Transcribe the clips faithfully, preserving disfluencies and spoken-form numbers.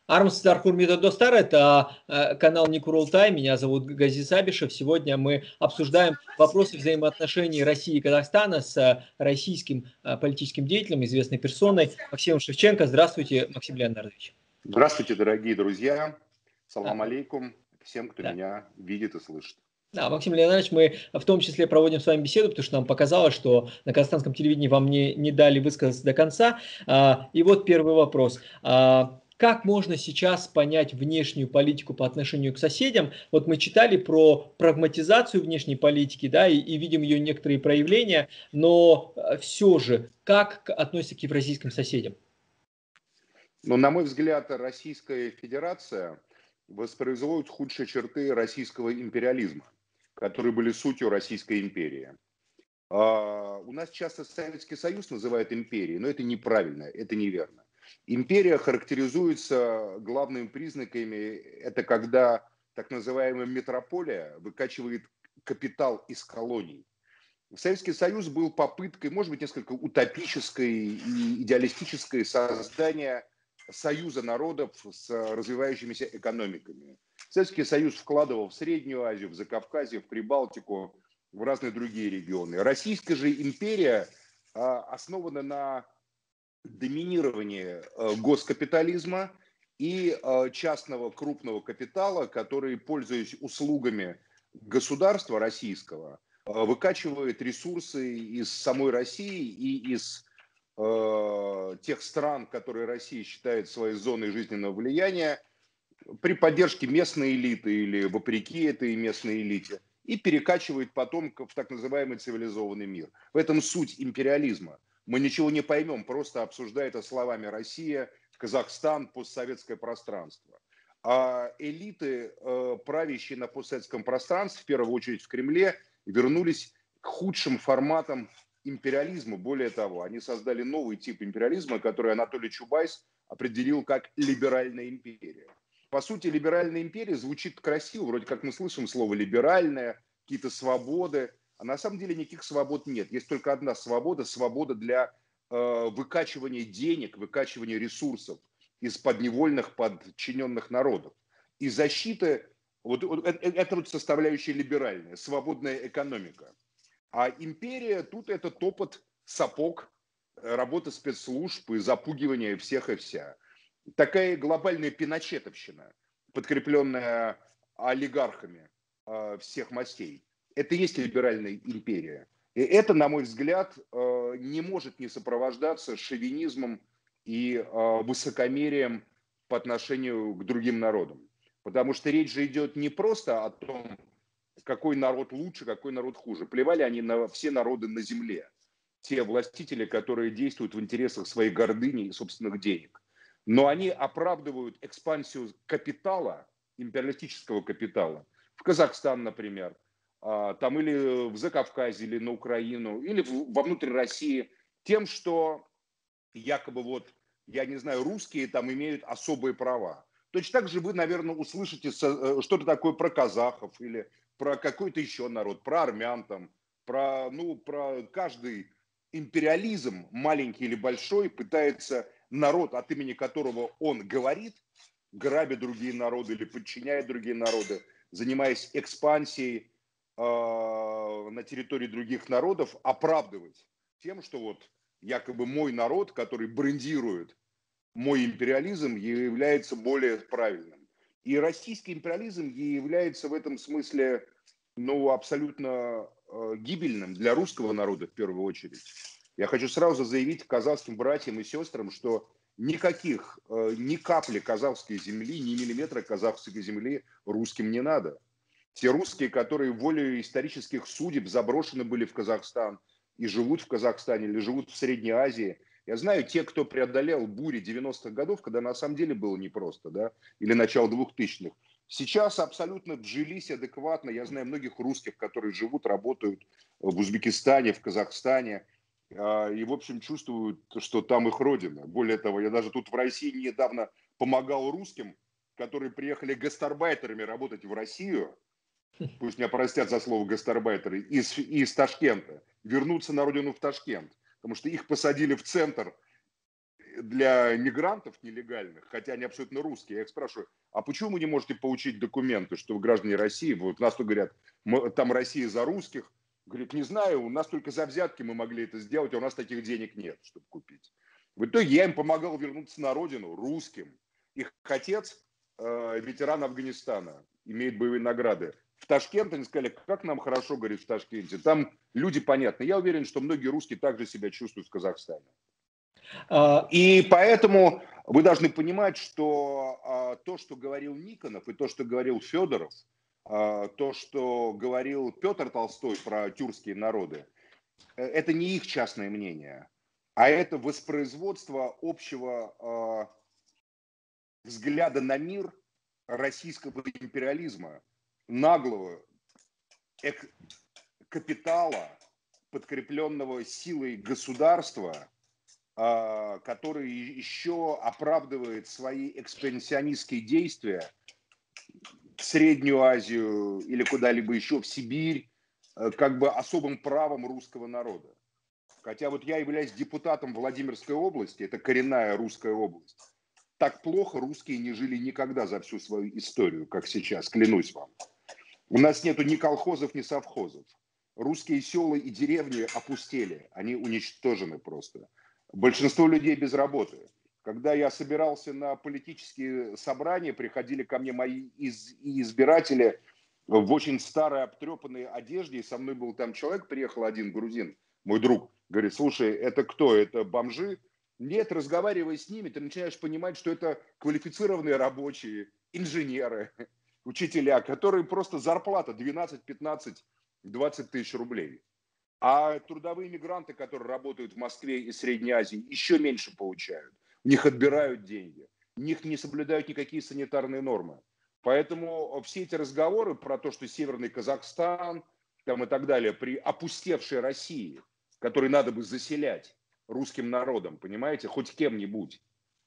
Армстар Хурмида Достар, это э, канал Никурултай, меня зовут Газиз Абишев. Сегодня мы обсуждаем вопросы взаимоотношений России и Казахстана с э, российским э, политическим деятелем, известной персоной Максимом Шевченко. Здравствуйте, Максим Леонардович. Здравствуйте, дорогие друзья. Салам Да, алейкум всем, кто да. меня видит и слышит. Да, Максим Леонидович, мы в том числе проводим с вами беседу, потому что нам показалось, что на казахстанском телевидении вам не, не дали высказаться до конца. А, И вот первый вопрос. А, Как можно сейчас понять внешнюю политику по отношению к соседям? Вот мы читали про прагматизацию внешней политики, да, и, и видим ее некоторые проявления, но все же, как к- относится к евразийским соседям? Но, на мой взгляд, Российская Федерация воспроизводит худшие черты российского империализма, которые были сутью Российской империи. А, У нас часто Советский Союз называют империей, но это неправильно, это неверно. Империя характеризуется главными признаками, это когда так называемая метрополия выкачивает капитал из колоний. Советский Союз был попыткой, может быть, несколько утопической и идеалистической создания союза народов с развивающимися экономиками. Советский Союз вкладывал в Среднюю Азию, в Закавказье, в Прибалтику, в разные другие регионы. Российская же империя а, основана на доминировании а, госкапитализма и а, частного крупного капитала, который, пользуясь услугами государства российского, а, выкачивает ресурсы из самой России и из э, тех стран, которые Россия считает своей зоной жизненного влияния, при поддержке местной элиты или вопреки этой местной элите, и перекачивает потом в так называемый цивилизованный мир. В этом суть империализма. Мы ничего не поймем, просто обсуждая это словами Россия, Казахстан, постсоветское пространство. А элиты, э, правящие на постсоветском пространстве, в первую очередь в Кремле, вернулись к худшим форматам империализма. Более того, они создали новый тип империализма, который Анатолий Чубайс определил как либеральная империя. По сути, либеральная империя звучит красиво, вроде как мы слышим слово либеральная, какие-то свободы, а на самом деле никаких свобод нет. Есть только одна свобода, свобода для э, выкачивания денег, выкачивания ресурсов из подневольных, подчиненных народов. И защиты, вот, вот это вот составляющая либеральная, свободная экономика. А империя тут это топот сапог, работа спецслужб и запугивание всех и вся. Такая глобальная пиночетовщина, подкрепленная олигархами э, всех мастей. Это и есть либеральная империя. И это, на мой взгляд, э, не может не сопровождаться шовинизмом и э, высокомерием по отношению к другим народам. Потому что речь же идет не просто о том, какой народ лучше, какой народ хуже. Плевали они на все народы на земле. Те властители, которые действуют в интересах своей гордыни и собственных денег. Но они оправдывают экспансию капитала, империалистического капитала, в Казахстан, например, там или в Закавказье, или на Украину, или во внутрь России, тем, что якобы вот, я не знаю, русские там имеют особые права. Точно так же вы, наверное, услышите что-то такое про казахов или про какой-то еще народ, про армян там, про, ну, про каждый империализм, маленький или большой, пытается народ, от имени которого он говорит, грабя другие народы или подчиняя другие народы, занимаясь экспансией э, на территории других народов, оправдывать тем, что вот якобы мой народ, который брендирует мой империализм, является более правильным. И российский империализм является в этом смысле, ну, абсолютно э, гибельным для русского народа в первую очередь. Я хочу сразу заявить казахским братьям и сестрам, что никаких, э, ни капли казахской земли, ни миллиметра казахской земли русским не надо. Те русские, которые волей исторических судеб заброшены были в Казахстан и живут в Казахстане или живут в Средней Азии. Я знаю, те, кто преодолел бури девяностых годов, когда на самом деле было непросто, да, или начало двухтысячных, сейчас абсолютно вжились адекватно. Я знаю многих русских, которые живут, работают в Узбекистане, в Казахстане, и, в общем, чувствуют, что там их родина. Более того, я даже тут в России недавно помогал русским, которые приехали гастарбайтерами работать в Россию, пусть меня простят за слово гастарбайтеры, из, из Ташкента, вернуться на родину в Ташкент, потому что их посадили в центр для мигрантов нелегальных, хотя они абсолютно русские. Я их спрашиваю, а почему вы не можете получить документы, что вы граждане России? Вот нас тут говорят, мы, там Россия за русских. Говорит, не знаю, у нас только за взятки мы могли это сделать, а у нас таких денег нет, чтобы купить. В итоге я им помогал вернуться на родину, русским. Их отец, э, ветеран Афганистана, имеет боевые награды. В Ташкент они сказали, как нам хорошо, говорит, в Ташкенте. Там люди понятны. Я уверен, что многие русские также себя чувствуют в Казахстане. А, И поэтому вы должны понимать, что а, то, что говорил Никонов, и то, что говорил Федоров, а, то, что говорил Петр Толстой про тюркские народы, э, это не их частное мнение, а это воспроизводство общего а, взгляда на мир российского империализма, наглого эк- капитала, подкрепленного силой государства, а, который еще оправдывает свои экспансионистские действия в Среднюю Азию или куда-либо еще, в Сибирь, э, как бы особым правом русского народа. Хотя вот я являюсь депутатом Владимирской области, это коренная русская область. Так плохо русские не жили никогда за всю свою историю, как сейчас, клянусь вам. У нас нету ни колхозов, ни совхозов. Русские села и деревни опустели, они уничтожены просто. Большинство людей без работы. Когда я собирался на политические собрания, приходили ко мне мои из, избиратели в очень старой обтрепанной одежде, и со мной был там человек, приехал один грузин, мой друг, говорит, слушай, это кто, это бомжи? Нет, разговаривая с ними, ты начинаешь понимать, что это квалифицированные рабочие, инженеры, учителя, которые просто зарплата двенадцать, пятнадцать, двадцать тысяч рублей. А трудовые мигранты, которые работают в Москве и Средней Азии, еще меньше получают. У них отбирают деньги. У них не соблюдают никакие санитарные нормы. Поэтому все эти разговоры про то, что Северный Казахстан там и так далее, при опустевшей России, которой надо бы заселять русским народом, понимаете, хоть кем-нибудь,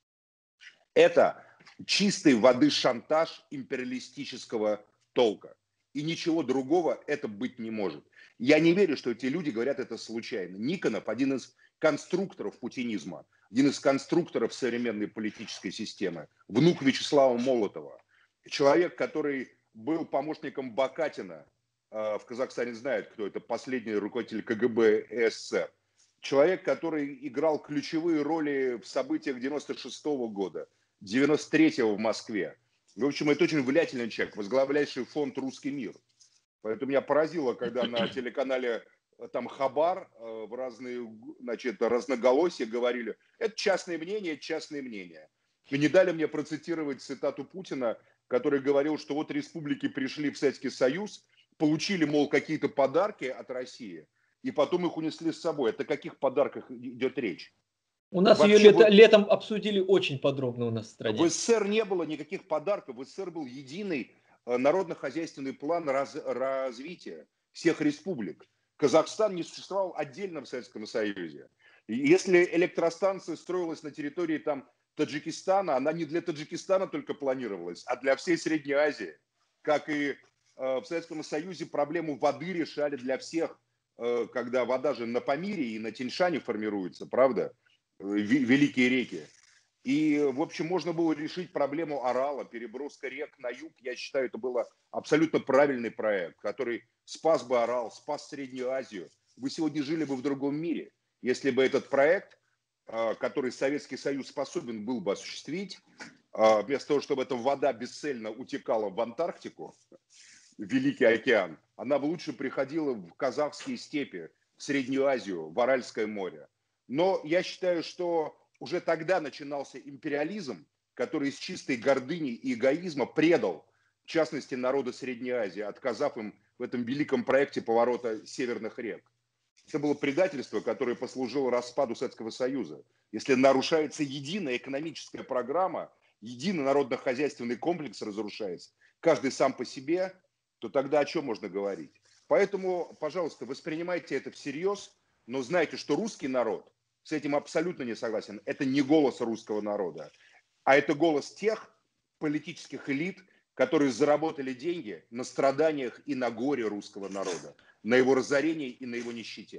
это чистой воды шантаж империалистического толка. И ничего другого это быть не может. Я не верю, что эти люди говорят это случайно. Никонов один из конструкторов путинизма, один из конструкторов современной политической системы, внук Вячеслава Молотова. Человек, который был помощником Бакатина, в Казахстане знают, кто это, последний руководитель КГБ СССР. Человек, который играл ключевые роли в событиях девяносто шестого года, девяносто третьего в Москве. В общем, это очень влиятельный человек, возглавляющий фонд «Русский мир». Поэтому меня поразило, когда на телеканале там Хабар в разные, значит, разноголосия говорили, это частное мнение, это частное мнение. И не дали мне процитировать цитату Путина, который говорил, что вот республики пришли в Советский Союз, получили, мол, какие-то подарки от России, и потом их унесли с собой. Это о каких подарках идет речь? у нас ее Вообще лето, вот летом обсудили очень подробно у нас в в стране. СССР не было никаких подарков. В СССР был единый э, народно-хозяйственный план раз, развития всех республик. Казахстан не существовал отдельно в Советском Союзе. И если электростанция строилась на территории там, Таджикистана, она не для Таджикистана только планировалась, а для всей Средней Азии. Как и э, в Советском Союзе проблему воды решали для всех, э, когда вода же на Памире и на Тяньшане формируется, правда? Э, великие реки. И, в общем, можно было решить проблему Орала, переброска рек на юг. Я считаю, это был абсолютно правильный проект, который спас бы Орал, спас Среднюю Азию. Вы сегодня жили бы в другом мире, если бы этот проект, который Советский Союз способен был бы осуществить, вместо того, чтобы эта вода бесцельно утекала в Антарктику, в Великий океан, она бы лучше приходила в казахские степи, в Среднюю Азию, в Аральское море. Но я считаю, что уже тогда начинался империализм, который из чистой гордыни и эгоизма предал, в частности, народы Средней Азии, отказав им в этом великом проекте поворота северных рек. Это было предательство, которое послужило распаду Советского Союза. Если нарушается единая экономическая программа, единый народно-хозяйственный комплекс разрушается, каждый сам по себе, то тогда о чем можно говорить? Поэтому, пожалуйста, воспринимайте это всерьез, но знайте, что русский народ с этим абсолютно не согласен. Это не голос русского народа, а это голос тех политических элит, которые заработали деньги на страданиях и на горе русского народа, на его разорении и на его нищете.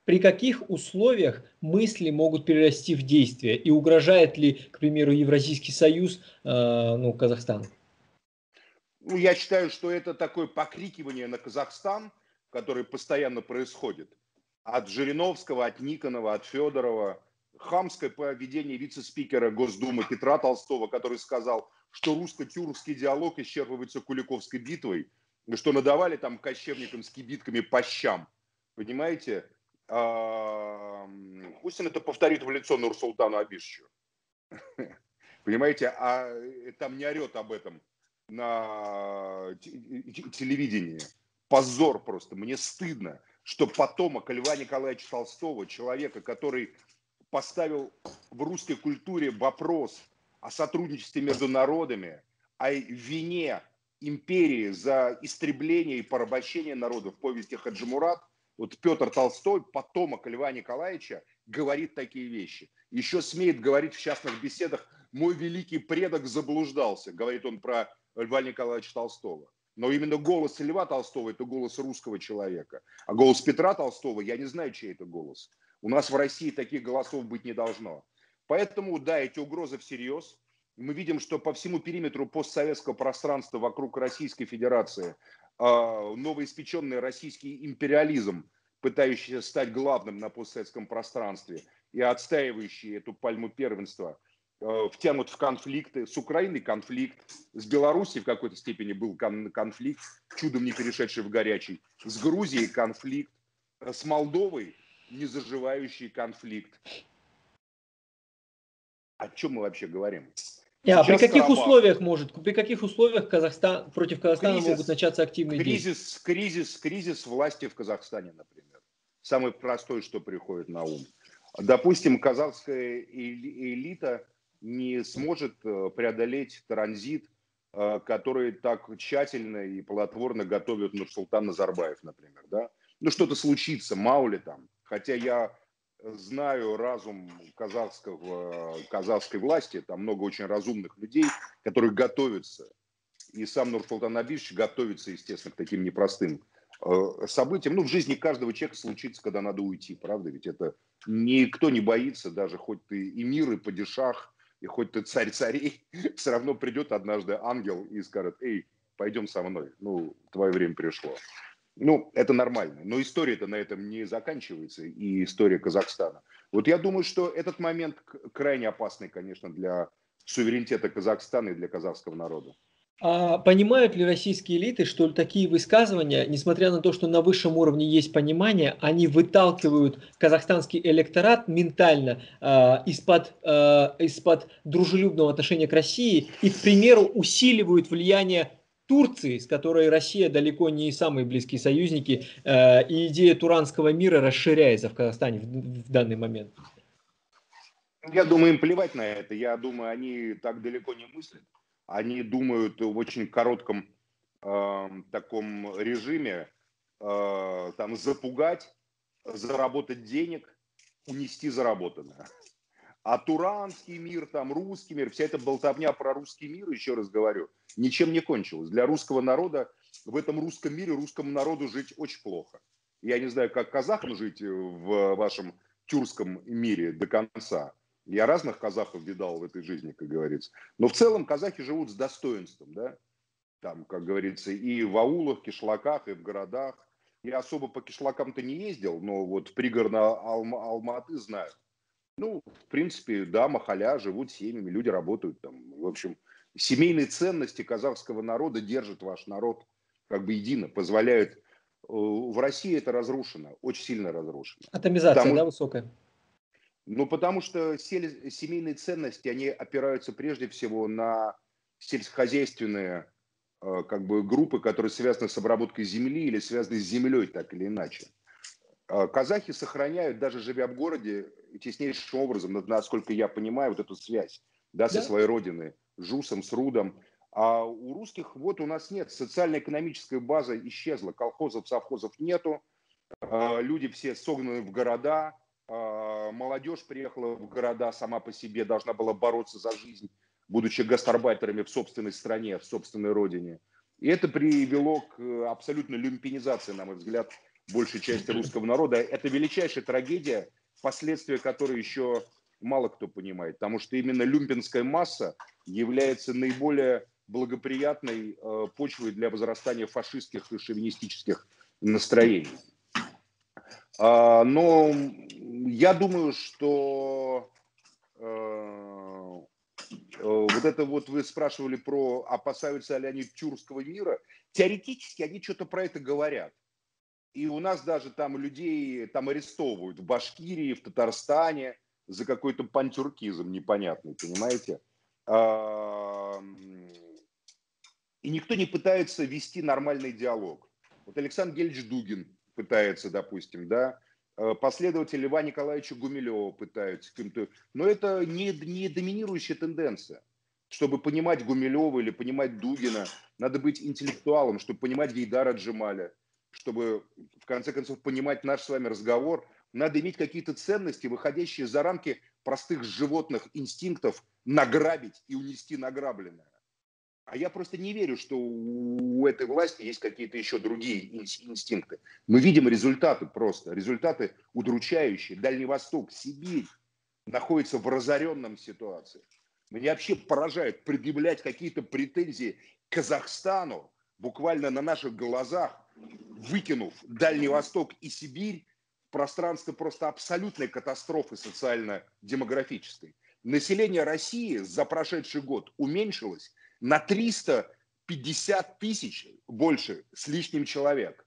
при каких условиях мысли могут перерасти в действие? И угрожает ли, к примеру, Евразийский союз э, ну, Казахстану? Ну, я считаю, что это такое покрикивание на Казахстан, которое постоянно происходит. От Жириновского, от Никонова, от Федорова. Хамское поведение вице-спикера Госдумы Петра Толстого, который сказал, что русско-тюркский диалог исчерпывается Куликовской битвой, и что надавали там кочевникам с кибитками по щам. Понимаете? А, Пусть он это повторит в лицо Нурсултану Абишевичу. Понимаете? А там не орет об этом на телевидении. Позор просто. Мне стыдно, что потомок Льва Николаевича Толстого, человека, который поставил в русской культуре вопрос о сотрудничестве между народами, о вине империи за истребление и порабощение народов в повести Хаджимурат, вот Петр Толстой, потомок Льва Николаевича, говорит такие вещи. Еще смеет говорить в частных беседах: «Мой великий предок заблуждался», говорит он про Льва Николаевича Толстого. Но именно голос Льва Толстого – это голос русского человека. А голос Петра Толстого, я не знаю, чей это голос. У нас в России таких голосов быть не должно. Поэтому, да, эти угрозы всерьез. Мы видим, что по всему периметру постсоветского пространства вокруг Российской Федерации новоиспеченный российский империализм, пытающийся стать главным на постсоветском пространстве и отстаивающий эту пальму первенства, втянут в конфликты. С Украиной конфликт, с Белоруссией в какой-то степени был конфликт, чудом не перешедший в горячий, с Грузией конфликт, с Молдовой незаживающий конфликт. О чем мы вообще говорим? А при каких Карабах. условиях может, при каких условиях Казахстан, против Казахстана кризис, могут начаться активные кризис, действия? Кризис, кризис власти в Казахстане, например. Самый простой, что приходит на ум. Допустим, казахская элита не сможет преодолеть транзит, который так тщательно и плодотворно готовит Нурсултан Назарбаев, например. Да? Ну, что-то случится, мало ли там. Хотя я знаю разум казахского, казахской власти, там много очень разумных людей, которые готовятся. И сам Нурсултан Абишевич готовится, естественно, к таким непростым э, событиям. Ну, в жизни каждого человека случится, когда надо уйти, правда? Ведь это никто не боится, даже хоть ты и мир, и падишах, и хоть ты царь царей, все равно придет однажды ангел и скажет: «Эй, пойдем со мной, ну, твое время пришло». Ну, это нормально. Но история-то на этом не заканчивается, и история Казахстана. Вот я думаю, что этот момент крайне опасный, конечно, для суверенитета Казахстана и для казахского народа. А понимают ли российские элиты, что такие высказывания, несмотря на то, что на высшем уровне есть понимание, они выталкивают казахстанский электорат ментально э, из-под, э, из-под дружелюбного отношения к России и, к примеру, усиливают влияние Турции, с которой Россия далеко не самые близкие союзники, э, и идея туранского мира расширяется в Казахстане в, в данный момент? Я думаю, им плевать на это. Я думаю, они так далеко не мыслят. Они думают в очень коротком э, таком режиме, э, там запугать, заработать денег, унести заработанное. А туранский мир, там русский мир, вся эта болтовня про русский мир, еще раз говорю, ничем не кончилась. Для русского народа в этом русском мире русскому народу жить очень плохо. Я не знаю, как казахам жить в вашем тюркском мире до конца. Я разных казахов видал в этой жизни, как говорится. Но в целом казахи живут с достоинством, да? Там, как говорится, и в аулах, кишлаках, и в городах. Я особо по кишлакам-то не ездил, но вот в пригородной Алма- Алматы знаю. Ну, в принципе, да, махаля, живут семьями, люди работают там. В общем, семейные ценности казахского народа держат ваш народ как бы едино, позволяют. В России это разрушено, очень сильно разрушено. Атомизация, Потому, да, высокая? ну, потому что семейные ценности, они опираются прежде всего на сельскохозяйственные как бы группы, которые связаны с обработкой земли или связаны с землей так или иначе. Казахи сохраняют, даже живя в городе, теснейшим образом, насколько я понимаю, вот эту связь, да, со Да. своей родиной, Жусом, с Рудом. А у русских вот у нас нет, социально-экономическая база исчезла, колхозов, совхозов нету, люди все согнаны в города, молодежь приехала в города сама по себе, должна была бороться за жизнь, будучи гастарбайтерами в собственной стране, в собственной родине. И это привело к абсолютной люмпинизации, на мой взгляд, большей части русского народа. Это величайшая трагедия, последствия которой еще мало кто понимает. Потому что именно люмпенская масса является наиболее благоприятной э, почвой для возрастания фашистских и шовинистических настроений. А, но я думаю, что э, вот это вот вы спрашивали про, опасаются ли они тюркского мира. Теоретически они что-то про это говорят. И у нас даже там людей там арестовывают в Башкирии, в Татарстане за какой-то пантюркизм непонятный, понимаете? И никто не пытается вести нормальный диалог. Вот Александр Гельевич Дугин пытается, допустим, да, последователи Льва Николаевича Гумилева пытаются каким-то... Но это не, не доминирующая тенденция. Чтобы понимать Гумилева или понимать Дугина, надо быть интеллектуалом, чтобы понимать Гейдара Джемаля, чтобы, в конце концов, понимать наш с вами разговор. Надо иметь какие-то ценности, выходящие за рамки простых животных инстинктов награбить и унести награбленное. А я просто не верю, что у этой власти есть какие-то еще другие инстинкты. Мы видим результаты просто. Результаты удручающие. Дальний Восток, Сибирь находится в разоренном ситуации. Меня вообще поражает предъявлять какие-то претензии к Казахстану буквально на наших глазах, выкинув Дальний Восток и Сибирь в пространство просто абсолютной катастрофы социально-демографической. Население России за прошедший год уменьшилось на триста пятьдесят тысяч больше с лишним человек.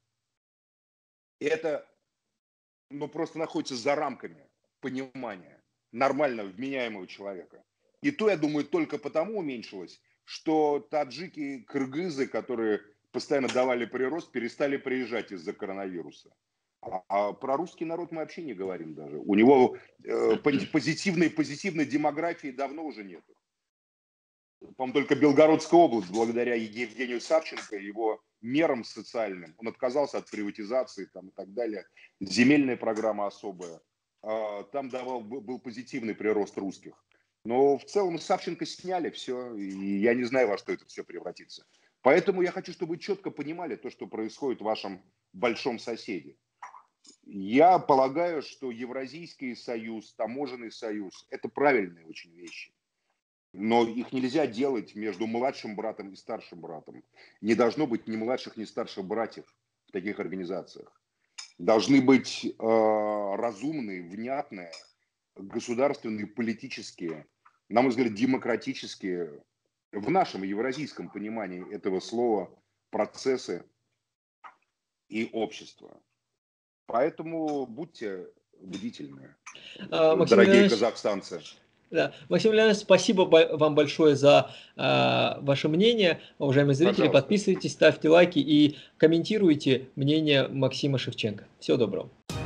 И это ну, просто находится за рамками понимания нормального, вменяемого человека. И то, я думаю, только потому уменьшилось, что таджики, кыргызы, которые постоянно давали прирост, перестали приезжать из-за коронавируса. А, а про русский народ мы вообще не говорим даже. У него э, позитивной, позитивной демографии давно уже нет. По-моему, только Белгородская область, благодаря Евгению Савченко, его мерам социальным, он отказался от приватизации там, и так далее. Земельная программа особая. Э, там давал, был позитивный прирост русских. Но в целом Савченко сняли все, и я не знаю, во что это все превратится. Поэтому я хочу, чтобы вы четко понимали то, что происходит в вашем большом соседе. Я полагаю, что Евразийский союз, таможенный союз – это правильные очень вещи. Но их нельзя делать между младшим братом и старшим братом. Не должно быть ни младших, ни старших братьев в таких организациях. Должны быть э, разумные, внятные, государственные, политические, на мой взгляд, демократические, в нашем евразийском понимании этого слова, процессы и общества. Поэтому будьте бдительны, А, Максим дорогие Леонидович, казахстанцы. да. Максим Леонидович, спасибо вам большое за а, ваше мнение. Уважаемые зрители, Пожалуйста. подписывайтесь, ставьте лайки и комментируйте мнение Максима Шевченко. Всего доброго.